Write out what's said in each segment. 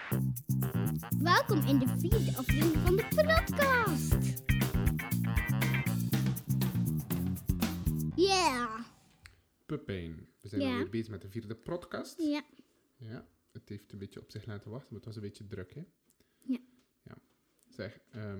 Welkom in de 4e aflevering van de podcast. Yeah. Pepijn. We zijn Ja. alweer bezig met de 4e podcast. Ja. Ja, het heeft een beetje op zich laten wachten, maar het was een beetje druk, hè? Ja. Ja. Zeg,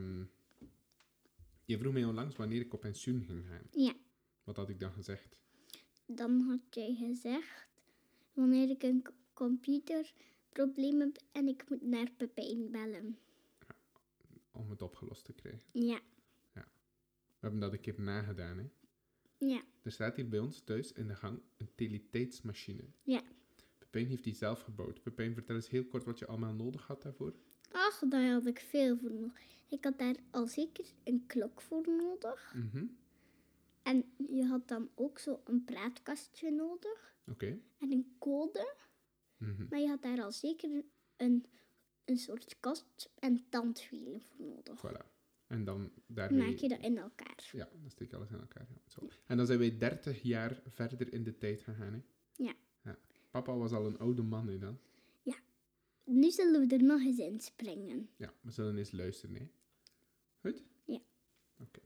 je vroeg mij onlangs wanneer ik op pensioen ging gaan. Ja. Wat had ik dan gezegd? Dan had jij gezegd, wanneer ik een computerprobleem heb en ik moet naar Pepijn bellen. Om het opgelost te krijgen. Ja. We hebben dat een keer nagedaan, hè? Ja. Er staat hier bij ons thuis in de gang een teletijdsmachine. Ja. Pepijn heeft die zelf gebouwd. Pepijn, vertel eens heel kort wat je allemaal nodig had daarvoor. Ach, daar had ik veel voor nodig. Ik had daar al zeker een klok voor nodig. Mhm. En je had dan ook zo een praatkastje nodig. Oké. En een code. Mhm. Maar je had daar al zeker een soort kast en tandwielen voor nodig. Voilà. En dan Dan daarmee... maak je dat in elkaar. Ja, dan steek je alles in elkaar. Ja. Zo. En dan zijn wij 30 jaar verder in de tijd gegaan, hè? Ja. Papa was al een oude man, hè, dan? Nu zullen we er nog eens in springen. Ja, we zullen eens luisteren, hè? Goed? Ja. Oké.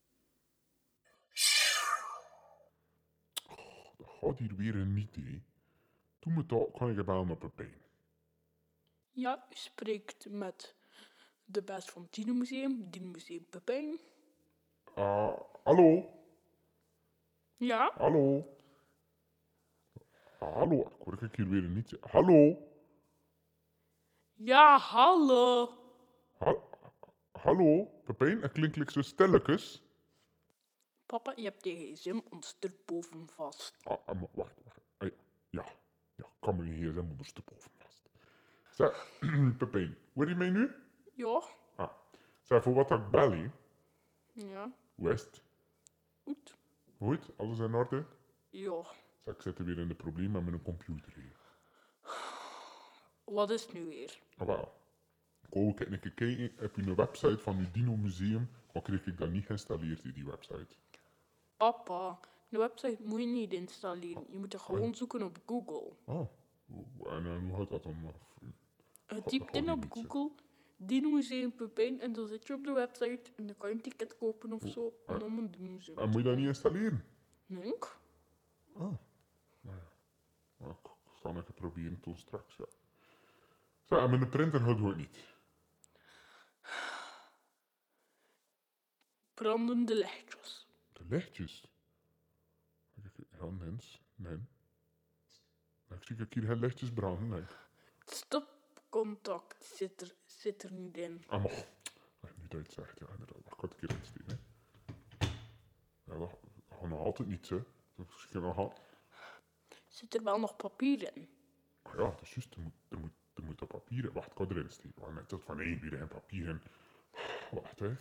Dat gaat hier weer een niet, hè. Doe me toch, kan ik bellen naar Pepijn. Ja, u spreekt met de baas van het Dino-museum Pepijn. Hallo? Ja, Hallo? Hallo, ik hoor ik hier weer een niet. Hallo? ja, hallo. Hallo? Pepijn, het klinkt like zo stilletjes. Papa, je hebt de gsm ondersteboven vast. Maar wacht. Ja, ik kan me niet gsm ondersteboven vast. Zeg, Pepijn, hoor je mij nu? Ja, Zeg, voor wat ik bel, hè? ja, Hoe is het? goed. Goed, alles in orde? Ja, Zeg, ik zit er weer in de probleem met mijn computer hier. wat is het nu weer? Wel, ik wou ook een keer kijken op een website van uw Dino Museum, maar kreeg ik dat niet geïnstalleerd in die website. Papa, de website moet je niet installeren. Je moet er gewoon zoeken op Google. En hoe gaat dat dan? Je typt in op Google Dino-museum Pepijn en dan zit je op de website en dan kan je een ticket kopen of zo. En dan een Dino-museum. En moet je dat niet installeren? Nee? Nou, ik zal het proberen tot straks, ja. Zeg, en mijn printer gaat het niet. Brandende lichtjes. De lichtjes. Ja, nee. Ik zie ik hier geen lichtjes branden, nee. Stopcontact zit er niet in. Maar, nu dat je het zegt, ja, inderdaad. Wacht, ik ga het een keer insteken, hè. Ja, dat gaat nog altijd niet, hè. Dat is misschien nog al... Zit er wel nog papier in? Ja, dat is juist. Er moet dat papier in. Wacht, ik ga erin steken. Want net dat van één weer geen papier in. Wacht, hè.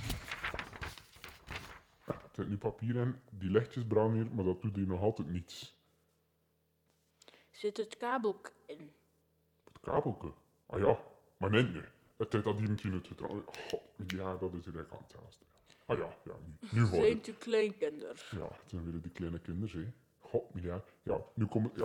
Ja, er zit nu papier in. Die lichtjes branden hier, maar dat doet hier nog altijd niets. Zit het kabel in? Het kabelke. Ah ja, maar nee, nee. Het heeft dat hier misschien het vertrouwen. Ja, dat is direct aan hetzelfde. Ah ja, nu hoor Zijn het. het uw kleinkinderen? Ja, het zijn weer die kleine kinderen, hè. God, ja, nu komt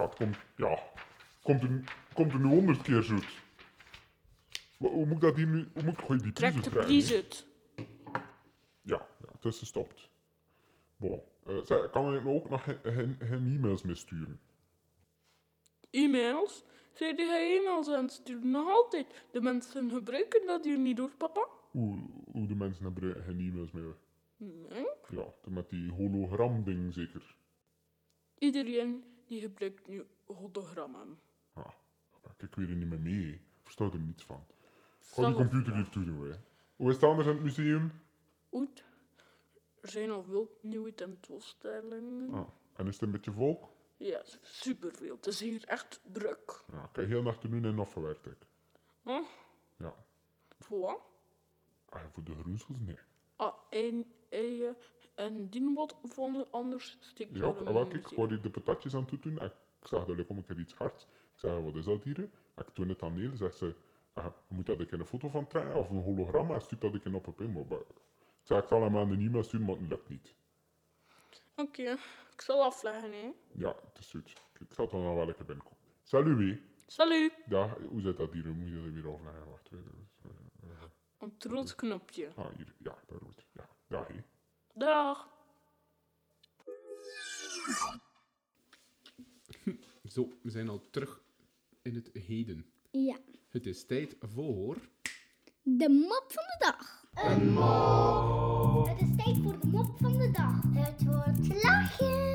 komt er nu 100 keer zoet. Hoe moet ik dat hier nu, hoe moet ik die Trek prijs de krijgen? prijs uit. Ja, het is gestopt. Bon. Kan ik me ook nog geen e-mails meer sturen? E-mails? Zijn jij e-mails aan het sturen? Nog altijd. De mensen gebruiken dat hier niet door, papa? Hoe de mensen hebben geen e-mails meer? Nee. Ja, met die hologram-ding zeker. Iedereen die gebruikt nu hologrammen. Ik weet er niet meer mee. Ik versta er niets van. Ik ga Zelf- die computer hier toe doen, hè. Hoe is het anders in het museum? Goed. Er zijn al veel nieuwe tentoonstellingen. En is het een beetje volk? Ja, superveel. Het is hier echt druk. Ja, ik heb heel nacht te doen en nog verwerkt ik. Huh? Ja. Voor wat? Voor de groensels, nee. En die wat vonden anders stikt Ja, en wel, kijk, ik wou hier de patatjes aan toe doen. En ik zag dat ik om een keer iets hards. Ik zei, wat is dat hier? En ik toon het aan Neel. Zegt ze, moet dat ik een foto van trekken of een hologram? En stuurt dat ik op een maar ik zei, ik zal hem aan de e-mail sturen, maar het lukt niet. Oké, ik zal afleggen, hè. Ja, het is goed. Ik zal dan nog wel lekker binnenkomen. Salut, wie? Salut. Ja, hoe zit dat hier? Moet je dat weer afleggen? Wacht, Een trootsknopje. ah, hier. Ja, daar wordt. Ja, ja, hé. Dag. Zo, we zijn al terug in het heden. Ja. Het is tijd voor... De mop van de dag. Een mop. Het is tijd voor de mop van de dag. Het wordt lachen.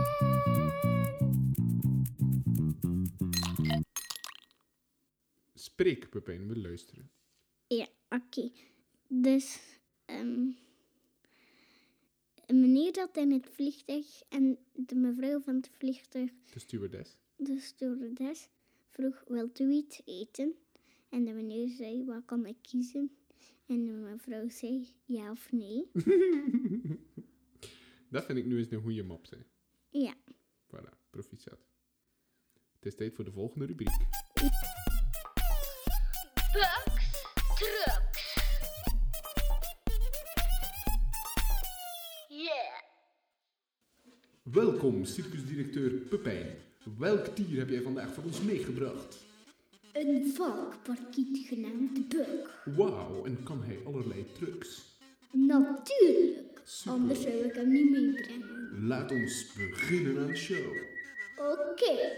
Spreek, Pepijn, we luisteren. Ja, oké. Dus, een meneer zat in het vliegtuig en de mevrouw van het vliegtuig, De stewardess. de stewardess, vroeg, wilt u iets eten? En de meneer zei, wat kan ik kiezen? En de mevrouw zei, ja of nee? Dat vind ik nu eens een goede mop, zeg. Ja. Voilà, proficiat. Het is tijd voor de volgende rubriek. Bugs, trucks. Yeah. Welkom, circusdirecteur Pepijn. Welk dier heb jij vandaag voor ons meegebracht? Een valkparkiet genaamd Buk. Wauw, en kan hij allerlei trucs? Natuurlijk. Super. Anders zou ik hem niet meebrengen. Laat ons beginnen aan de show. Oké.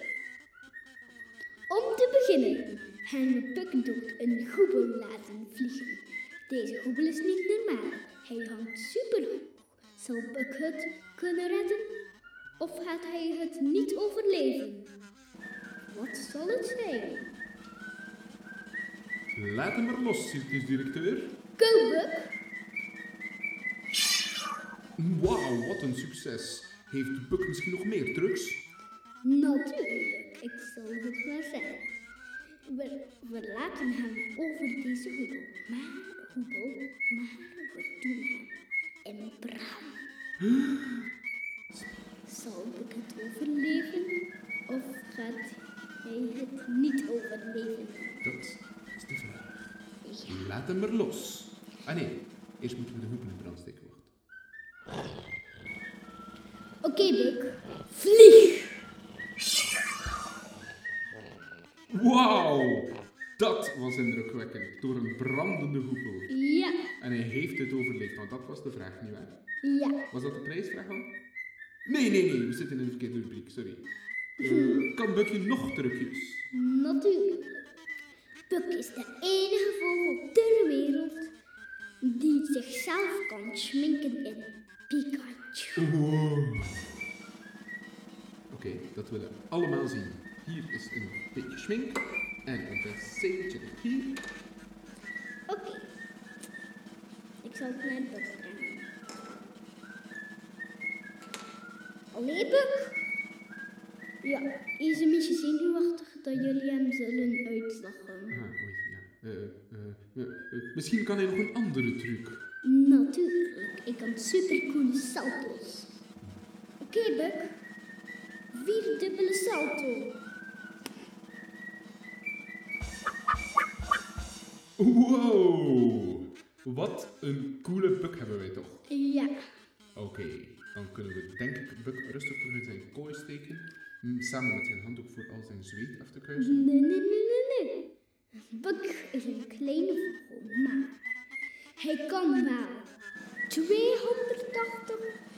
Om te beginnen gaan we Buk door een goebel laten vliegen. Deze goebel is niet normaal. Hij hangt superhoog. Zal Buk het kunnen redden? Of gaat hij het niet overleven? Wat zal het zijn? Laat hem maar los, circusdirecteur. Go Buk! Wauw, wat een succes. Heeft Buck misschien nog meer trucs? Natuurlijk, ik zal het maar zeggen. We laten hem over deze hoebel. Maar we doen hem in brand. Zal Buck het overleven? Of gaat hij het niet overleven? Dat is de vraag. Ja. Laat hem maar los. Ah nee, eerst moeten we de hoepel in brand steken. Wacht. Oké, Buck. Vlieg! Wauw, dat was indrukwekkend. Door een brandende hoepel. Ja, En hij heeft het overleefd, want dat was de vraag, nietwaar? ja. Was dat de prijsvraag al? Nee, we zitten in de verkeerde rubriek, sorry. Kan Bucky nog trucjes? Natuurlijk. Buck is de enige vogel ter wereld die zichzelf kan schminken in Pikachu. Oké, dat willen we allemaal zien. Hier is een beetje schmink en een penseeltje hier. Oké. Ik zal het naar Buck brengen. Allee, Buck? Ja, hij is een beetje zenuwachtig dat jullie hem zullen uitlachen. Ah, oei, ja. Misschien kan hij nog een andere truc. Natuurlijk, ik kan supercoole salto's. Oké, Buck. 4 dubbele salto. Wow, wat een coole Buck hebben wij toch? Ja. Oké, dan kunnen we denk ik Buck rustig terug in zijn kooi steken. Samen met zijn handdoek voor al zijn zweet af te kuisen. Nee. Buck is een kleine vogel, maar hij kan wel 280.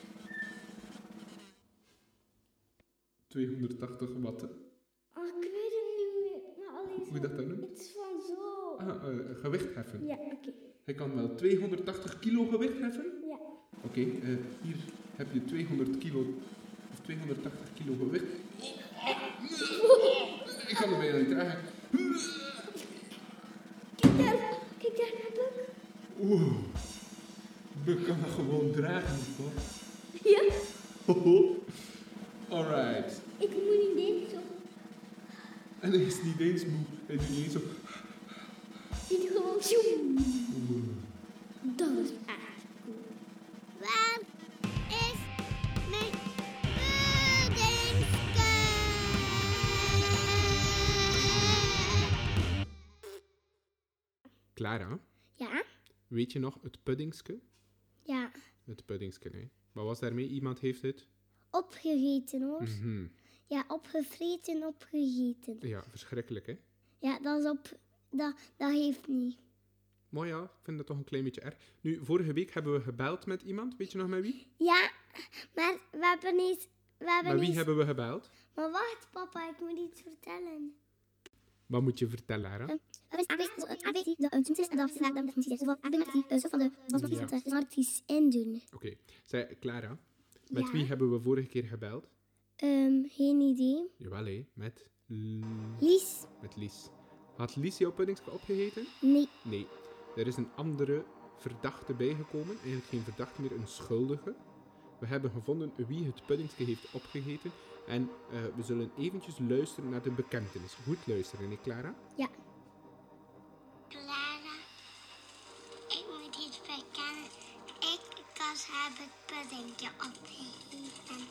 280 watt. Oh, ik weet het niet meer. Maar alleen Hoe je dat dan noemt? iets van zo. Gewicht heffen. Ja, oké. Hij kan wel 280 kilo gewicht heffen. Ja. Oké, hier heb je 200 kilo of 280 kilo gewicht. Ik kan er bijna niet dragen. Kijk daar naar Buck. Oeh, Buck kan dat gewoon dragen, of wat? Ja. Alright. Ik moet niet eens zo. En hij is niet eens moe. Hij doet niet eens zo. Niet gewoon zoem. Dat is echt cool. Waar is mijn Clara, Ja? weet je nog het puddingske? Ja. Het puddingske, nee. Wat was daarmee? Iemand heeft het? Opgegeten hoor. Mhm. Ja, opgevreten, opgegeten. Ja, verschrikkelijk, hè? Ja, dat heeft niet. Maar ja, ik vind dat toch een klein beetje erg. Nu, vorige week hebben we gebeld met iemand. Weet je nog met wie? Ja, maar we hebben niet... Met wie hebben we gebeld? Maar wacht, papa, ik moet iets vertellen. Wat moet je vertellen, hè? Oké. Zij, Clara, met Ja? wie hebben we vorige keer gebeld? Geen idee. Jawel, hé. Met Lies? Lies. Had Lies jouw puddingske opgegeten? Nee. Nee. Er is een andere verdachte bijgekomen. Eigenlijk geen verdachte meer, een schuldige. We hebben gevonden wie het puddingske heeft opgegeten. En we zullen eventjes luisteren naar de bekentenis. Goed luisteren, hè, Clara? Ja. Clara, ik moet iets bekennen. Ik, Cas, heb het puddingje opgegeten.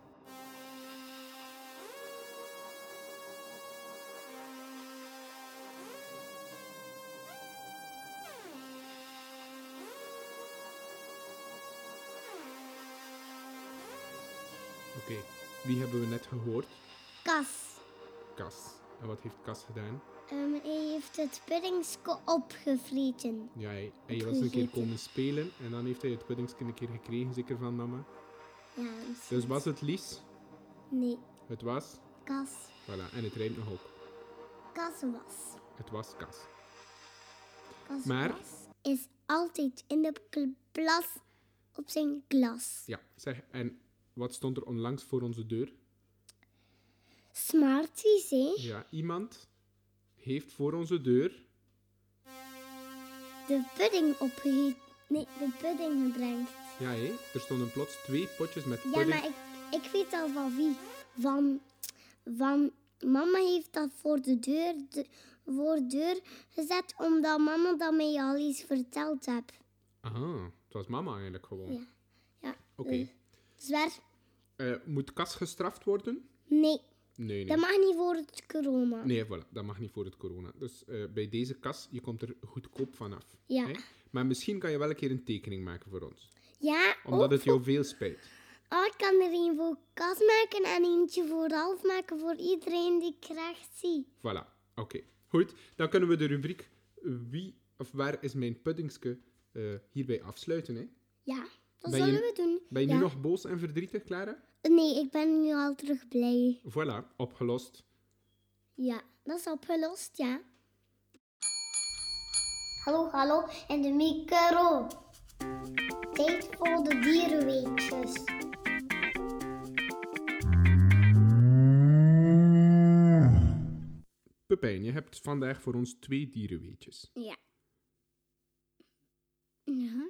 Oké. Wie hebben we net gehoord? Kas. Cas. En wat heeft Cas gedaan? Hij heeft het puddingske opgevreten. Ja, hij was een keer komen spelen. En dan heeft hij het puddingske een keer gekregen, zeker van mama. Ja, Dus was het Lies? Nee. Het was? Kas. Voilà. En het rijmt nog ook. Kas was. Het was Cas. Kas Maar- was. Is altijd in de klas op zijn klas. Ja, zeg. En wat stond er onlangs voor onze deur? Smarties, hè? Ja, iemand heeft voor onze deur... De pudding opgegeten. Nee, de pudding gebracht. Ja, hé. Er stonden plots 2 potjes met Ja, pudding. maar ik weet al van wie. Van mama heeft dat voor de deur gezet, omdat mama dat mij al eens verteld heeft. Aha, het was mama eigenlijk gewoon. Ja. Ja. Oké. Zwer? Moet Cas gestraft worden? Nee, Nee, dat nee. mag niet voor het corona. Nee, voilà. Dat mag niet voor het corona. Dus bij deze Cas, je komt er goedkoop vanaf. Ja. Hè? Maar misschien kan je wel een keer een tekening maken voor ons. Ja, Omdat ook het jou veel spijt. ik kan er een voor Kas maken en eentje voor Ralf maken voor iedereen die graag ziet. Voilà. Oké. Goed, dan kunnen we de rubriek wie of waar is mijn puddingske hierbij afsluiten. Hè? Ja, dat Ben je- zullen we doen. Ben je Ja. nu nog boos en verdrietig, Clara? Nee, ik ben nu al terug blij. Voilà, opgelost. Ja, dat is opgelost, ja. Hallo, hallo, en de micro. Tijd voor de dierenweetjes. Pepijn, je hebt vandaag voor ons 2 dierenweetjes. Ja. Ja.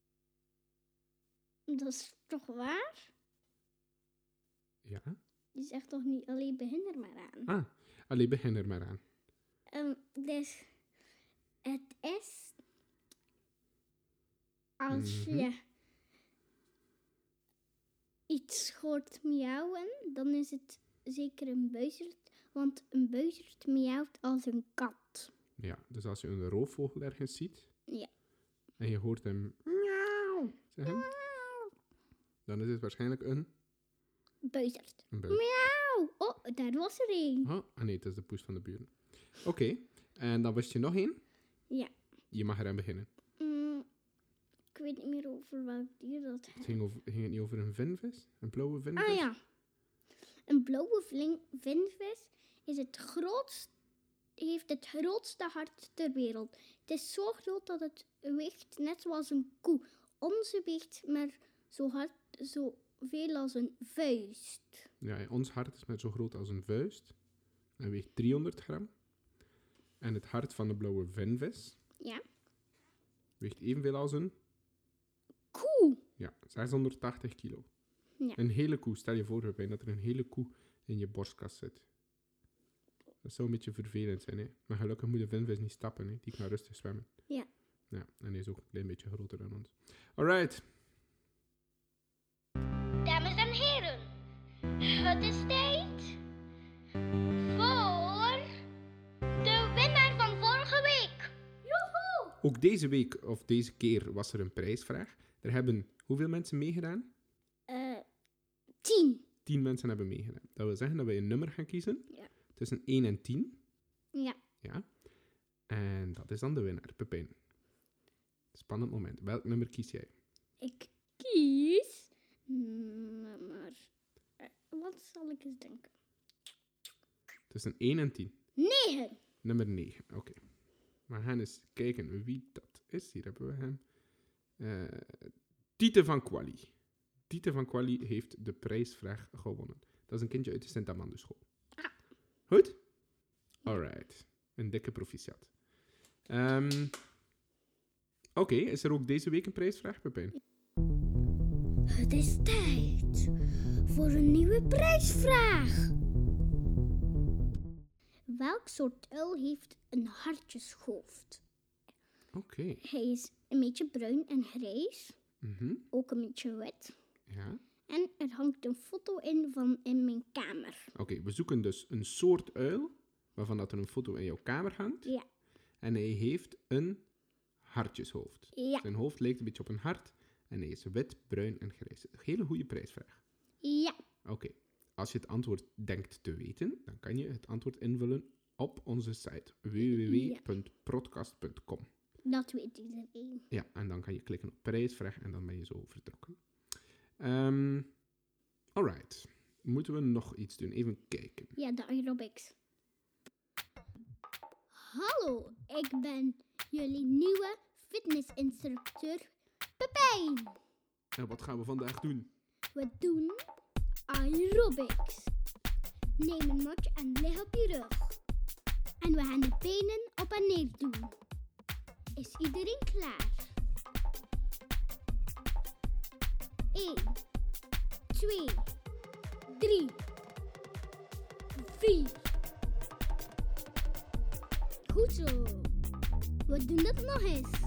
Dat is toch waar? Ja? Je zegt toch niet alleen begin er maar aan. Ah, allee, begin er maar aan. Dus het is als Mhm. je iets hoort miauwen, dan is het zeker een buizerd, want een buizerd miauwt als een kat. Ja, dus als je een roofvogel ergens ziet Ja. en je hoort hem miauw zeggen, dan is het waarschijnlijk een Buizerd. buis. Miauw! Oh, daar was er een. Oh, ah nee, het is de poes van de buren. Oké, en dan wist je nog één? Ja. Je mag eraan beginnen. Ik weet niet meer over welk dier dat Het ging het niet over een vinvis? Een blauwe vinvis? Ah ja. Een blauwe vinvis is heeft het grootste hart ter wereld. Het is zo groot dat het weegt net zoals een koe. Onze weegt maar zoveel als een vuist. Ja, ons hart is net zo groot als een vuist. En weegt 300 gram. En het hart van de blauwe vinvis Ja. weegt evenveel als een... Koe. Ja, 680 kilo. Ja. Een hele koe. Stel je voor, Pepijn, dat er een hele koe in je borstkas zit. Dat zou een beetje vervelend zijn, hè. Maar gelukkig moet de vinvis niet stappen, hè. Die kan rustig zwemmen. Ja. Ja, en hij is ook een klein beetje groter dan ons. Alright. Dames en heren, het is tijd voor de winnaar van vorige week. Joehoe! Ook deze week, of deze keer, was er een prijsvraag. Er hebben hoeveel mensen meegedaan? 10. 10 mensen hebben meegedaan. Dat wil zeggen dat wij een nummer gaan kiezen. Ja. Tussen 1 en 10. Ja. Ja. En dat is dan de winnaar, Pepijn. Spannend moment. Welk nummer kies jij? Ik kies nummer... wat zal ik eens denken? Tussen 1 en 10. 9. Nummer 9, oké. We gaan eens kijken wie dat is. Hier hebben we hem. Tiete van Quali. Tiete van Quali heeft de prijsvraag gewonnen. Dat is een kindje uit de Sint-Amanduschool. Goed? Alright. Een dikke proficiat. Oké, is er ook deze week een prijsvraag, Pepijn? Het is tijd voor een nieuwe prijsvraag. Welk soort uil heeft een hartjeshoofd? Oké. Hij is een beetje bruin en grijs. Mhm. Ook een beetje wit. Ja. En er hangt een foto in van in mijn kamer. Oké, we zoeken dus een soort uil, waarvan dat er een foto in jouw kamer hangt. Ja. En hij heeft een hartjeshoofd. Ja. Zijn hoofd lijkt een beetje op een hart. En hij is wit, bruin en grijs. Een hele goede prijsvraag. Ja. Oké. Als je het antwoord denkt te weten, dan kan je het antwoord invullen op onze site www.podcast.com. Dat weet iedereen. Ja, en dan kan je klikken op prijsvraag en dan ben je zo vertrokken. Alright. Moeten we nog iets doen? Even kijken. Ja, de aerobics. Hallo, ik ben jullie nieuwe fitnessinstructeur Pepijn. En wat gaan we vandaag doen? We doen aerobics. Neem een matje en lig op je rug. En we gaan de benen op en neer doen. Is iedereen klaar? 1, 2, 3, 4. Goed zo. We doen het nog eens.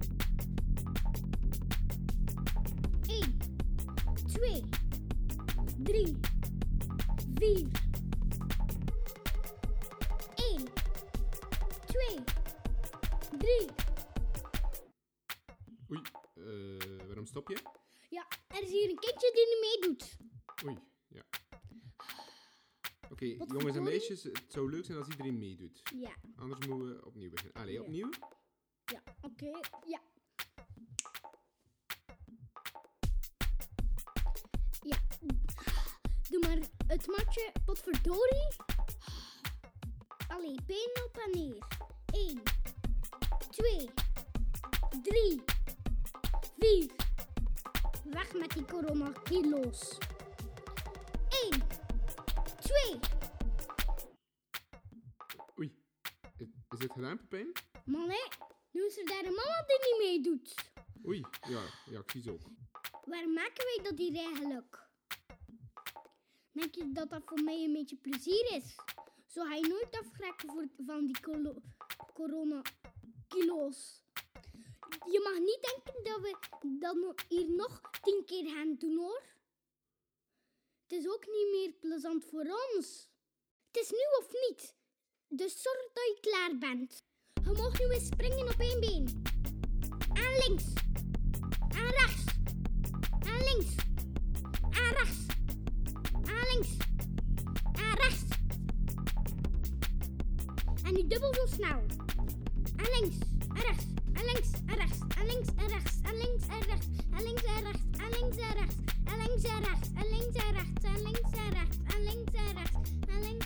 1, 2, 3, 4. 1, 2, 3. Oei, waarom stop je? Ja, er is hier een kindje die niet meedoet. Oei, ja. Oké, Wat jongens en voor- meisjes, het zou leuk zijn als iedereen meedoet. Ja, Anders moeten we opnieuw beginnen. Allee, Ja. opnieuw? ja, oké, ja. Ja, doe maar het matje, potverdorie. Allee, benen op en neer. 1, 2, 3, 4. Weg met die coronakilo's. 1, 2. Oei, is het gedaan, Pepijn? Man, hé, nu is er daar een mama die niet meedoet. Oei, ja, ik zie ze ook. Waarom maken wij dat hier eigenlijk? Denk je dat dat voor mij een beetje plezier is? Zo ga je nooit afgeraken van die corona-kilo's. Je mag niet denken dat we dan hier nog 10 keer gaan doen, hoor. Het is ook niet meer plezant voor ons. Het is nu of niet. Dus zorg dat je klaar bent. Je mag nu eens springen op 1 been. Aan links. Aan rechts. Aan links. Aan rechts. Aan links. Aan rechts. En nu dubbel zo snel. Aan links. En rechts. En links. En rechts. En links. En rechts. En links. En rechts. En links. En rechts. En links. En rechts. En links. En rechts. En links. En rechts. En links. En rechts. En links. En rechts. En links.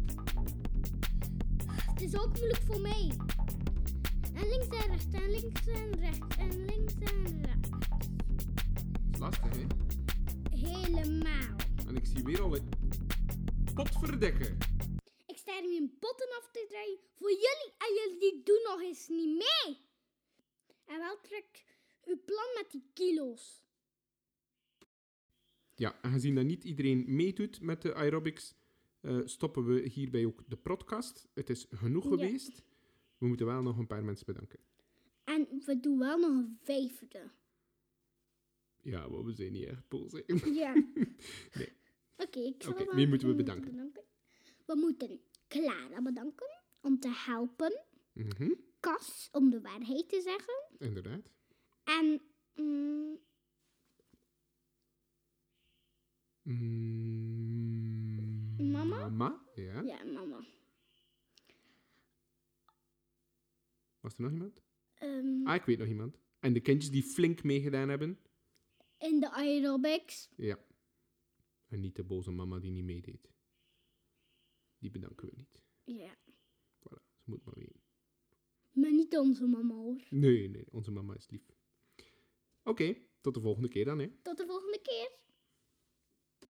Het is ook moeilijk voor mij. En links en rechts. En links en rechts. En links en rechts. Dat is lastig, hè? Helemaal. En ik zie weer al een potverdikke. Ik sta er nu een potten af te draaien voor jullie en jullie doen nog eens niet mee. En wel trekt uw plan met die kilo's. Ja, aangezien dat niet iedereen meedoet met de aerobics, stoppen we hierbij ook de podcast. Het is genoeg Ja. geweest. We moeten wel nog een paar mensen bedanken. En we doen wel nog een 5e. Ja, maar we zijn niet echt boos, hè. Ja. Nee. Oké, ik zal Oké, wel wie moeten we iemand bedanken? We moeten Clara bedanken om te helpen. Mhm, Cas om de waarheid te zeggen. inderdaad. En Mama? Mama, ja. Ja, mama. Was er nog iemand? Ehm, Ik weet nog iemand. En de kindjes die flink meegedaan hebben? in de aerobics. Ja. En niet de boze mama die niet meedeed. Die bedanken we niet. Ja. Voilà, ze moet maar weten. Maar niet onze mama hoor. Nee, onze mama is lief. Oké, tot de volgende keer dan, hè. Tot de volgende keer.